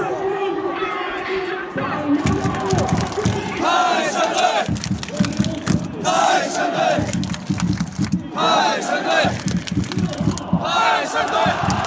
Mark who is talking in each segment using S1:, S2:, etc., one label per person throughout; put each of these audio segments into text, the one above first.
S1: 泰山队，泰山队，泰山队，泰山队，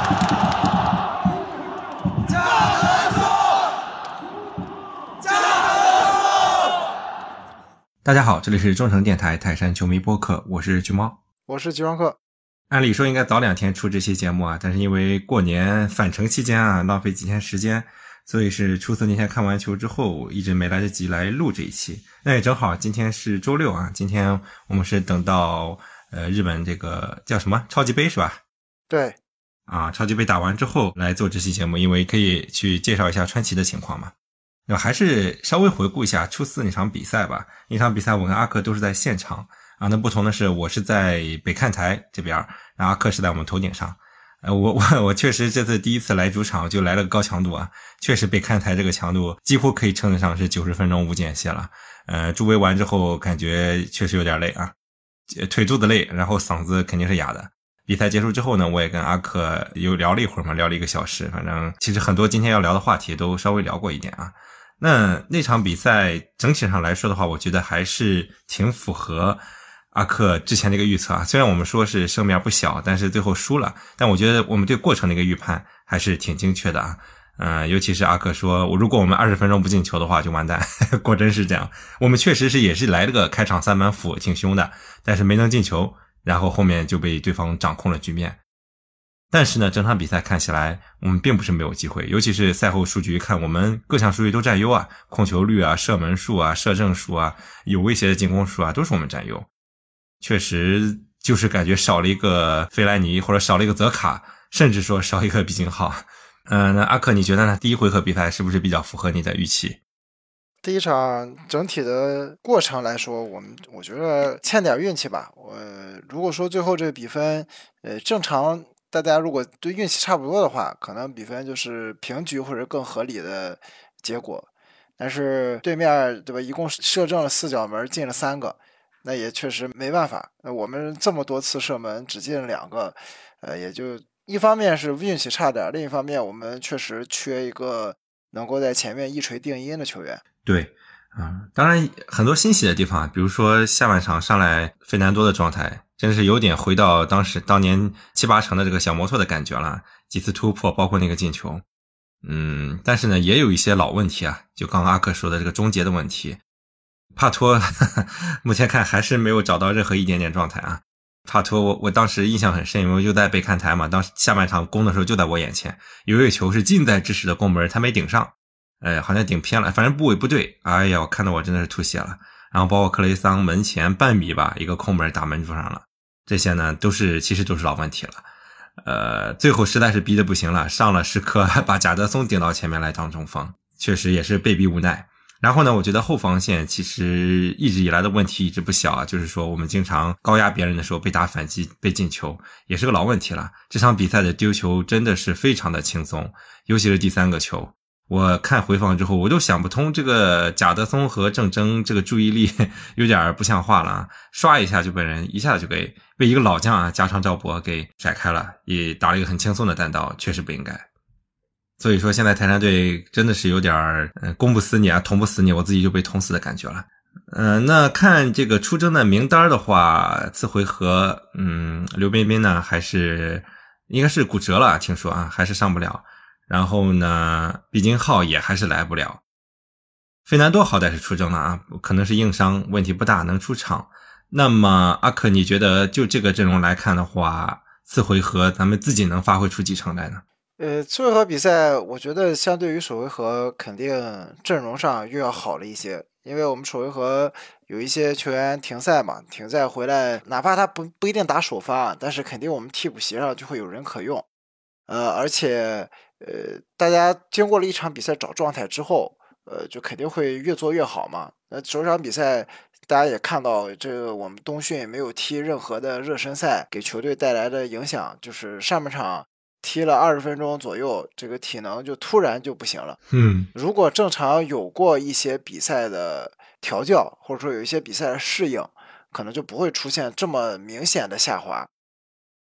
S1: 加德松，加德松！
S2: 大家好，这里是中诚电台泰山球迷播客，我是橘猫，
S3: 我是吉双克。
S2: 按理说应该早2天出这期节目啊，但是因为过年返程期间啊，浪费几天时间，所以是初四那天看完球之后，一直没来得及来录这一期。那也正好，今天是周六啊，今天我们是等到日本这个叫什么超级杯是吧？
S3: 对
S2: 啊，超级杯打完之后来做这期节目，因为可以去介绍一下川崎的情况嘛。那还是稍微回顾一下初四那场比赛吧。那场比赛我跟阿克都是在现场啊，那不同的是我是在北看台这边，然后阿克是在我们头顶上。我确实这次第一次来主场就来了个高强度啊，确实北看台这个强度几乎可以称得上是90分钟无间歇了。助威完之后感觉确实有点累啊，腿肚子累，然后嗓子肯定是哑的。比赛结束之后呢，我也跟阿克又聊了一会儿嘛，聊了1个小时，反正其实很多今天要聊的话题都稍微聊过一点啊。那场比赛整体上来说的话，我觉得还是挺符合阿克之前的一个预测啊。虽然我们说是胜面不小，但是最后输了，但我觉得我们对过程的一个预判还是挺精确的啊。尤其是阿克说如果我们20分钟不进球的话就完蛋果真是这样，我们确实是也是来了个开场3板斧挺凶的，但是没能进球，然后后面就被对方掌控了局面。但是呢，整场比赛看起来我们并不是没有机会，尤其是赛后数据看我们各项数据都占优啊，控球率啊、射门数啊、射正数啊、有威胁的进攻数啊，都是我们占优。确实就是感觉少了一个费莱尼，或者少了一个泽卡，甚至说少一个毕津浩。那阿克你觉得呢？第一回合比赛是不是比较符合你的预期？
S3: 第一场整体的过程来说，我觉得欠点运气吧。如果说最后这个比分，正常大家如果对运气差不多的话，可能比分就是平局或者更合理的结果。但是对面对吧，一共射正了4脚门，进了3个，那也确实没办法。我们这么多次射门只进了2个，也就一方面是运气差点，另一方面我们确实缺一个能够在前面一锤定音的球员。
S2: 对当然很多欣喜的地方，比如说下半场上来费南多的状态真的是有点回到当年7、8成的这个小摩托的感觉了，几次突破包括那个进球。但是呢也有一些老问题啊，就刚刚阿克说的这个终结的问题。帕托目前看还是没有找到任何一点点状态啊。帕托我当时印象很深，因为就在北看台嘛，当时下半场攻的时候就在我眼前，有一个球是近在咫尺的攻门，他没顶上，好像顶偏了，反正部位不对，哎呀我看到我真的是吐血了。然后包括克雷桑门前半米吧，一个空门打门柱上了，这些呢其实都是老问题了。最后实在是逼得不行了，上了时刻把贾德松顶到前面来当中锋，确实也是被逼无奈。然后呢，我觉得后防线其实一直以来的问题一直不小啊，就是说我们经常高压别人的时候被打反击被进球，也是个老问题了。这场比赛的丢球真的是非常的轻松，尤其是第3个球，我看回放之后我都想不通，这个贾德松和郑铮这个注意力有点不像话了啊，刷一下就被人一下就被一个老将啊加长赵博给甩开了，也打了一个很轻松的单刀，确实不应该。所以说现在泰山队真的是有点攻不死你啊，捅不死你，我自己就被捅死的感觉了。那看这个出征的名单的话，次回合刘彬彬呢应该是骨折了，听说啊还是上不了。然后呢毕津浩也还是来不了。费南多好歹是出征了啊，可能是硬伤，问题不大，能出场。那么阿克你觉得就这个阵容来看的话，次回合咱们自己能发挥出几成来呢？
S3: 次回合比赛我觉得相对于首回合肯定阵容上又要好了一些，因为我们首回合有一些球员停赛嘛，停赛回来哪怕他不一定打首发，但是肯定我们替补席上就会有人可用。而且大家经过了一场比赛找状态之后，就肯定会越做越好嘛。那首场比赛大家也看到，这个我们冬训没有踢任何的热身赛，给球队带来的影响就是上半场踢了20分钟左右，这个体能就突然就不行了。如果正常有过一些比赛的调教，或者说有一些比赛的适应，可能就不会出现这么明显的下滑。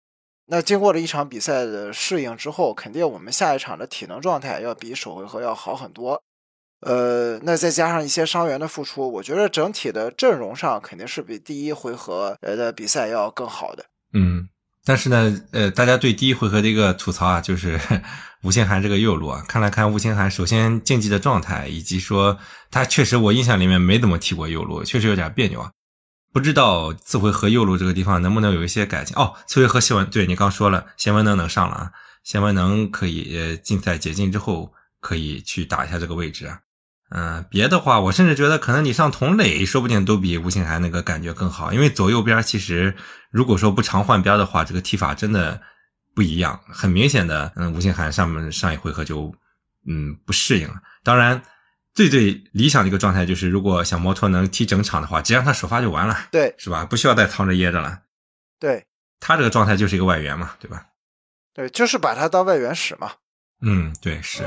S3: 那经过了一场比赛的适应之后，肯定我们下一场的体能状态要比首回合要好很多。那再加上一些伤员的复出，我觉得整体的阵容上肯定是比第一回合的比赛要更好的。
S2: 但是呢，大家对第一回合的一个吐槽啊，就是吴兴涵这个右路啊，看了看吴兴涵首先竞技的状态，以及说他确实我印象里面没怎么踢过右路，确实有点别扭啊。不知道次回合右路这个地方能不能有一些改进哦。次回合谢文，对你刚说了，谢文能上了啊，谢文能可以竞赛解禁之后可以去打一下这个位置啊。别的话，我甚至觉得可能你上童磊，说不定都比吴兴涵那个感觉更好，因为左右边其实如果说不常换边的话，这个踢法真的不一样，很明显的，吴兴涵上一回合就不适应了。当然，最理想的一个状态就是，如果小摩托能踢整场的话，只让他首发就完了，
S3: 对，
S2: 是吧？不需要再藏着掖着了。
S3: 对，
S2: 他这个状态就是一个外援嘛，对吧？
S3: 对，就是把他当外援使嘛。
S2: 对，是。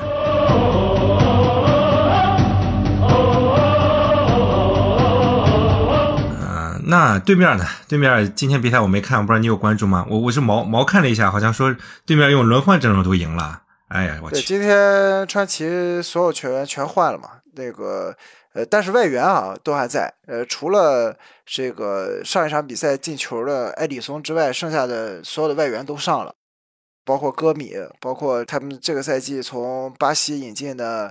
S2: 那对面呢？对面今天比赛我没看，我不知道你有关注吗？我是毛看了一下，好像说对面用轮换阵容都赢了。哎呀，我去！
S3: 对，今天川崎所有球员全换了嘛？那个但是外援啊都还在。除了这个上一场比赛进球的埃里松之外，剩下的所有的外援都上了，包括戈米，包括他们这个赛季从巴西引进的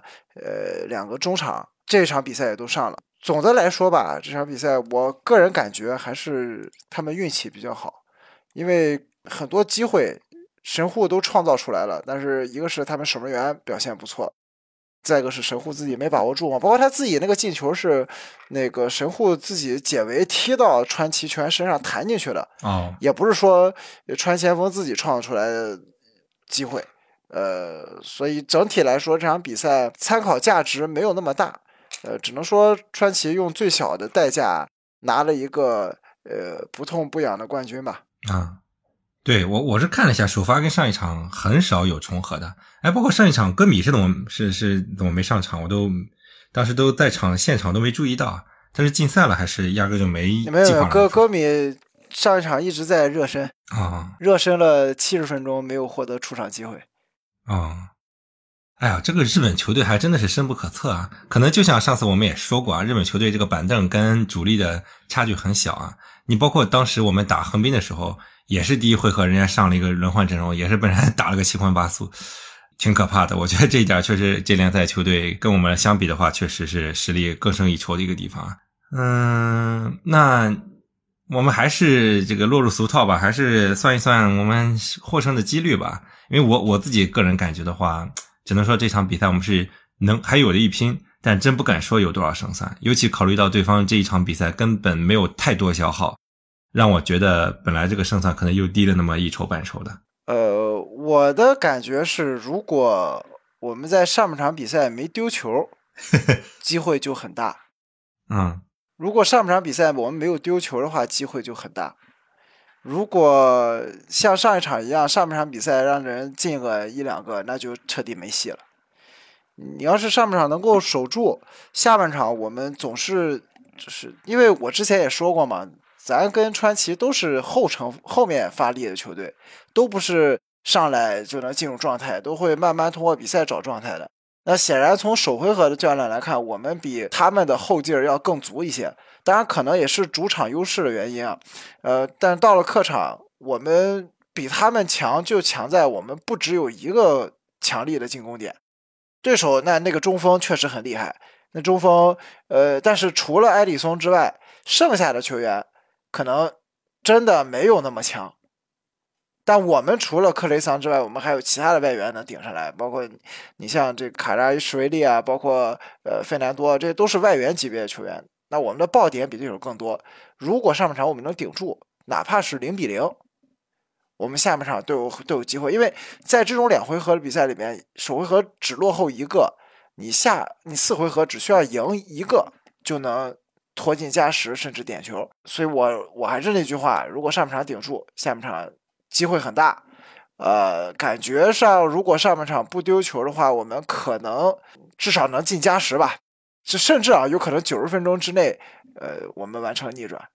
S3: 2个中场，这场比赛也都上了。总的来说吧，这场比赛我个人感觉还是他们运气比较好，因为很多机会神户都创造出来了，但是一个是他们守门员表现不错，再一个是神户自己没把握住嘛，包括他自己那个进球是那个神户自己解围踢到川崎球员身上弹进去的，也不是说川前锋自己创造出来的机会，所以整体来说这场比赛参考价值没有那么大。只能说川崎用最小的代价拿了一个不痛不痒的冠军吧。
S2: 对，我是看了一下首发跟上一场很少有重合的，包括上一场戈米是怎么没上场，我都当时都在现场都没注意到，他是禁赛了还是压根就没计划？
S3: 戈米上一场一直在热身热身了70分钟，没有获得出场机会
S2: 哎呀，这个日本球队还真的是深不可测啊！可能就像上次我们也说过啊，日本球队这个板凳跟主力的差距很小啊。你包括当时我们打横滨的时候，也是第一回合人家上了一个轮换阵容，也是被人打了个七荤八素，挺可怕的。我觉得这一点确实，这联赛球队跟我们相比的话，确实是实力更胜一筹的一个地方。那我们还是这个落入俗套吧，还是算一算我们获胜的几率吧。因为我自己个人感觉的话，只能说这场比赛我们是还有的一拼，但真不敢说有多少胜算，尤其考虑到对方这一场比赛根本没有太多消耗，让我觉得本来这个胜算可能又低了那么一筹半筹的。
S3: 我的感觉是，如果我们在上半场比赛没丢球，机会就很大。如果上半场比赛我们没有丢球的话，机会就很大。如果像上一场一样，上半场比赛让人进个1-2个，那就彻底没戏了。你要是上半场能够守住，下半场我们总是就是因为我之前也说过嘛，咱跟川崎都是后面发力的球队，都不是上来就能进入状态，都会慢慢通过比赛找状态的。那显然从首回合的较量来看，我们比他们的后劲儿要更足一些。当然可能也是主场优势的原因啊，但到了客场，我们比他们强，就强在我们不只有一个强力的进攻点。对手那个中锋确实很厉害，那中锋但是除了埃里松之外，剩下的球员可能真的没有那么强。但我们除了克雷桑之外，我们还有其他的外援能顶上来，包括你像这个卡扎伊什维利啊，包括费南多，这都是外援级别的球员。那我们的爆点比对手更多。如果上半场我们能顶住，哪怕是0-0，我们下半场都有机会。因为在这种2回合的比赛里面，首回合只落后1个，你4回合只需要赢1个就能拖进加时甚至点球。所以我还是那句话，如果上半场顶住，下半场机会很大。感觉上如果上半场不丢球的话，我们可能至少能进加时吧。甚至有可能90分钟之内，我们完成逆转。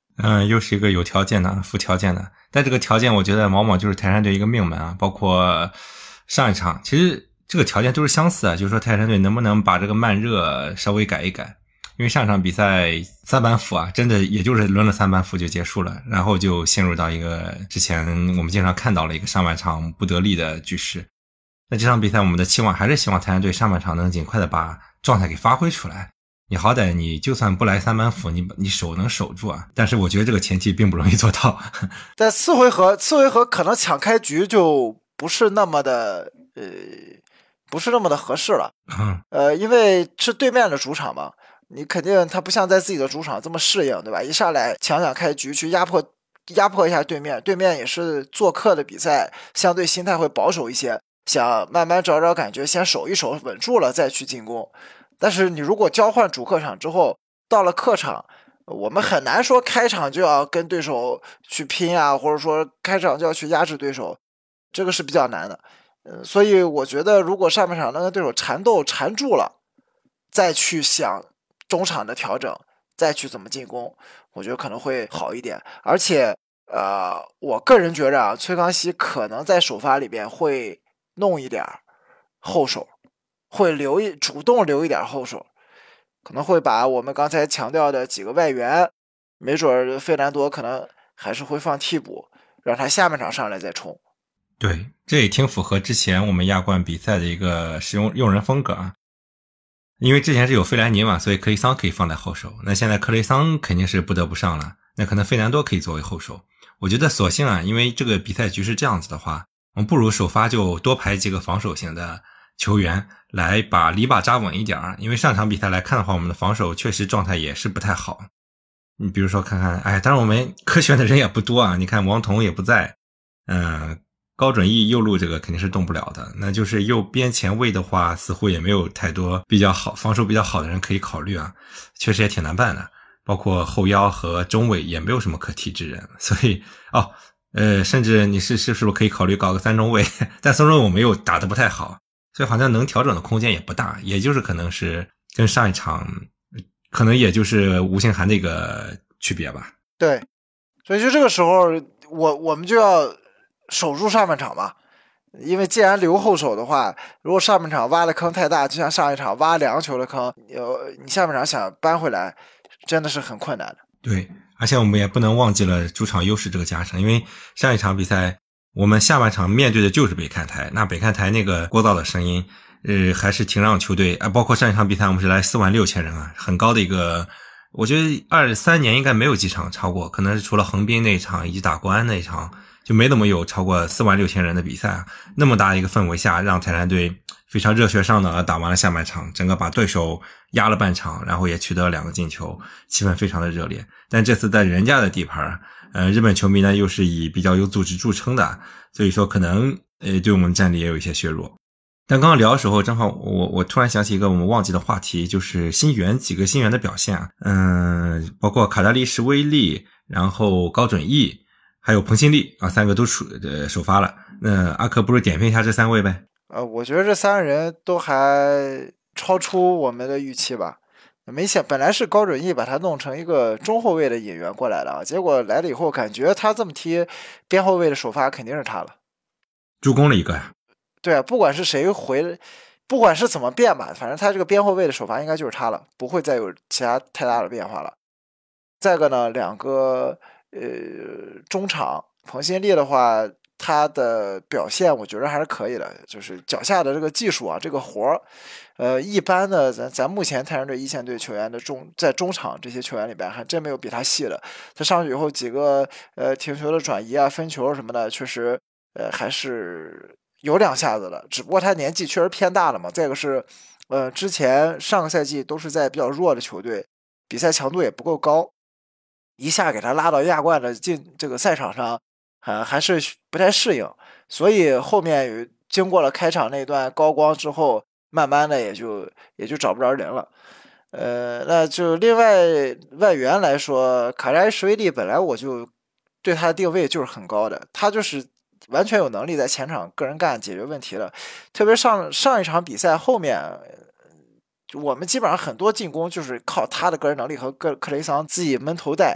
S2: 又是一个有条件的、附条件的，但这个条件我觉得往往就是泰山队一个命门啊。包括上一场，其实这个条件都是相似啊，就是说泰山队能不能把这个慢热稍微改一改。因为上场比赛3板斧啊，真的也就是抡了3板斧就结束了，然后就陷入到一个之前我们经常看到了一个上半场不得力的局势。那这场比赛我们的期望还是希望泰山队上半场能尽快的把状态给发挥出来。你好歹你就算不来3板斧，你手能守住啊，但是我觉得这个前提并不容易做到。
S3: 但次回合可能抢开局就不是那么的合适了。因为是对面的主场嘛，你肯定他不像在自己的主场这么适应，对吧？一上来抢开局去压迫一下对面，对面也是做客的比赛，相对心态会保守一些，想慢慢找找感觉，先守一守稳住了再去进攻。但是你如果交换主客场之后，到了客场，我们很难说开场就要跟对手去拼啊，或者说开场就要去压制对手，这个是比较难的。所以我觉得如果上半场能跟对手缠斗缠住了，再去想中场的调整，再去怎么进攻，我觉得可能会好一点。而且我个人觉着啊，崔康熙可能在首发里边会弄一点后手，会主动留一点后手，可能会把我们刚才强调的几个外援，没准费南多可能还是会放替补，让他下半场上来再冲。
S2: 对，这也挺符合之前我们亚冠比赛的一个使用人风格啊。因为之前是有费莱尼嘛，所以克雷桑可以放在后手，那现在克雷桑肯定是不得不上了，那可能费南多可以作为后手。我觉得索性啊，因为这个比赛局是这样子的话，我们不如首发就多排几个防守型的球员来把篱笆扎稳一点。因为上场比赛来看的话，我们的防守确实状态也是不太好。你比如说看看，当然我们科选的人也不多啊，你看王彤也不在，高准翼右路这个肯定是动不了的，那就是右边前卫的话似乎也没有太多比较好防守比较好的人可以考虑啊，确实也挺难办的。包括后腰和中卫也没有什么可替之人，所以甚至你是不是可以考虑搞个3中卫，但3中卫我们又打得不太好，所以好像能调整的空间也不大，也就是可能是跟上一场可能也就是吴兴涵的一个区别吧。
S3: 对，所以就这个时候我们就要守住上半场嘛，因为既然留后手的话，如果上半场挖的坑太大，就像上一场挖2球的坑，你下半场想扳回来真的是很困难的。
S2: 对，而且我们也不能忘记了主场优势这个加成，因为上一场比赛我们下半场面对的就是北看台，那北看台那个聒噪的声音还是挺让球队包括上一场比赛我们是来46000人啊，很高的一个，我觉得23年应该没有几场超过，可能是除了横滨那一场以及打国安那一场就没怎么有超过46000人的比赛啊。那么大一个氛围下，让泰山队非常热血上脑的打完了下半场，整个把对手压了半场，然后也取得了2个进球，气氛非常的热烈。但这次在人家的地盘日本球迷呢又是以比较有组织著称的，所以说可能对我们战力也有一些削弱。但刚刚聊的时候正好我突然想起一个我们忘记的话题，就是几个新援的表现啊，包括卡扎利什威利，然后高准翼还有彭新立啊，3个都首发了。那阿克不如点评一下这3位呗？
S3: 我觉得这3个人都还超出我们的预期吧。没想本来是高准翼把他弄成一个中后卫的引援过来了，结果来了以后感觉他这么踢边后卫的首发肯定是他了，
S2: 助攻了一个呀。
S3: 对啊，不管是谁不管是怎么变吧，反正他这个边后卫的首发应该就是他了，不会再有其他太大的变化了。再个呢，2个中场彭新立的话，他的表现我觉得还是可以的，就是脚下的这个技术啊，这个活一般的咱目前泰山队一线队球员的在中场这些球员里边还真没有比他细的。他上去以后几个停球的转移啊、分球什么的，确实还是有2下子的，只不过他年纪确实偏大了嘛。再一个是之前上个赛季都是在比较弱的球队，比赛强度也不够高，一下给他拉到亚冠的这个赛场上还是不太适应，所以后面经过了开场那段高光之后，慢慢的也就找不着人了。那就另外援来说，卡扎什维利本来我就对他的定位就是很高的，他就是完全有能力在前场个人干解决问题的。特别上一场比赛后面，我们基本上很多进攻就是靠他的个人能力和克雷桑自己闷头带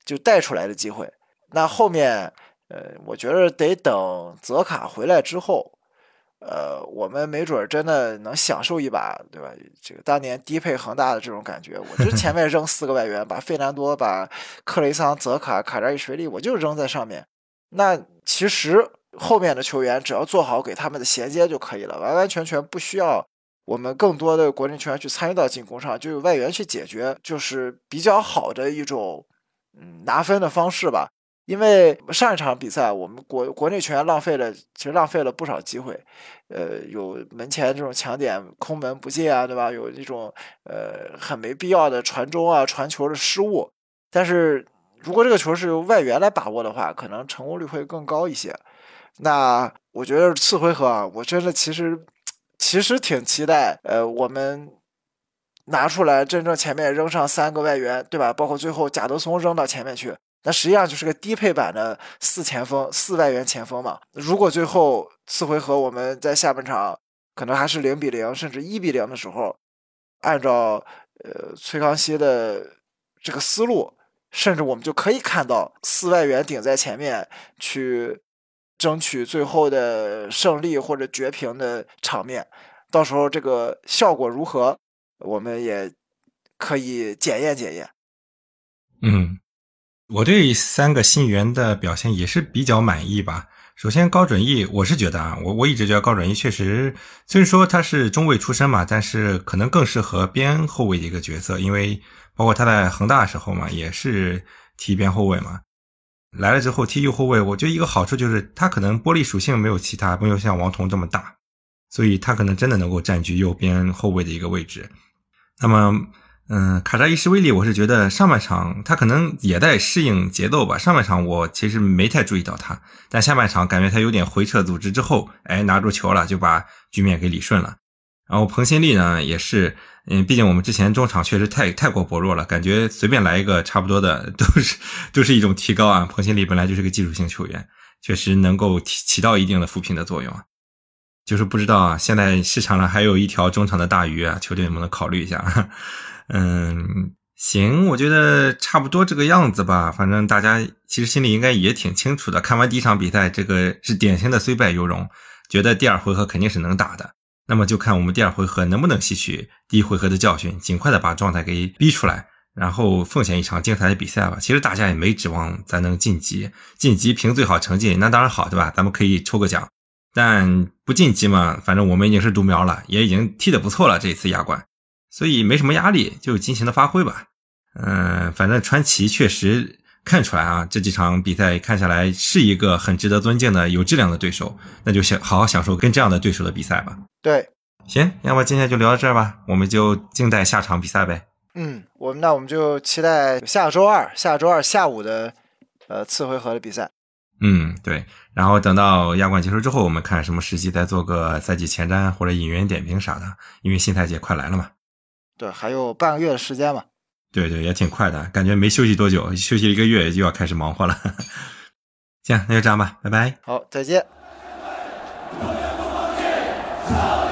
S3: 就带出来的机会。那后面我觉得得等泽卡回来之后，我们没准真的能享受一把，对吧？这个当年低配恒大的这种感觉，我就前面扔4个外援，把费南多、把克雷桑、泽卡、卡扎伊什维利，我就扔在上面。那其实后面的球员只要做好给他们的衔接就可以了，完完全全不需要我们更多的国内球员去参与到进攻上，就有外援去解决，就是比较好的一种拿分的方式吧。因为上一场比赛我们国内球员其实浪费了不少机会，有门前这种抢点空门不进啊，对吧？有这种很没必要的传中啊、传球的失误。但是如果这个球是由外援来把握的话，可能成功率会更高一些。那我觉得次回合啊，我真的其实挺期待，我们拿出来真正前面扔上3个外援，对吧？包括最后贾德松扔到前面去。那实际上就是个低配版的4外援前锋嘛。如果最后次回合我们在下半场可能还是0-0甚至1-0的时候，按照崔康熙的这个思路，甚至我们就可以看到4外援顶在前面去争取最后的胜利或者绝平的场面。到时候这个效果如何，我们也可以检验检验。
S2: 我对3个新援的表现也是比较满意吧。首先高准翼，我是觉得啊，我一直觉得高准翼确实，虽然说他是中卫出身嘛，但是可能更适合边后卫的一个角色，因为包括他在恒大的时候嘛，也是踢边后卫嘛。来了之后踢右后卫，我觉得一个好处就是他可能玻璃属性没有像王彤这么大，所以他可能真的能够占据右边后卫的一个位置。那么卡扎伊什维利，我是觉得上半场他可能也在适应节奏吧。上半场我其实没太注意到他，但下半场感觉他有点回撤组织之后，拿住球了，就把局面给理顺了。然后彭新立呢也是，毕竟我们之前中场确实太过薄弱了，感觉随便来一个差不多的都是一种提高啊。彭新立本来就是个技术性球员，确实能够起到一定的扶贫的作用啊。就是不知道啊，现在市场上还有一条中场的大鱼啊，球队能不能考虑一下？行，我觉得差不多这个样子吧。反正大家其实心里应该也挺清楚的，看完第一场比赛，这个是典型的虽败犹荣，觉得第2回合肯定是能打的。那么就看我们第2回合能不能吸取第1回合的教训，尽快的把状态给逼出来，然后奉献一场精彩的比赛吧。其实大家也没指望咱能晋级凭最好成绩，那当然好，对吧？咱们可以抽个奖。但不晋级嘛，反正我们已经是独苗了，也已经踢得不错了，这一次亚冠。所以没什么压力，就尽情的发挥吧。反正传奇确实看出来啊，这几场比赛看下来是一个很值得尊敬的有质量的对手，那就好好享受跟这样的对手的比赛吧。
S3: 对，
S2: 行，要么今天就聊到这儿吧，我们就静待下场比赛呗。
S3: 我们就期待下周二下午的次回合的比赛。
S2: 对，然后等到亚冠结束之后，我们看什么时机再做个赛季前瞻或者引援点评啥的，因为新赛季快来了嘛。
S3: 对，还有半个月的时间嘛。
S2: 对，也挺快的，感觉没休息多久，休息1个月就要开始忙活了。行，那就这样吧，拜拜。
S3: 好，再见。
S1: 永远不放弃。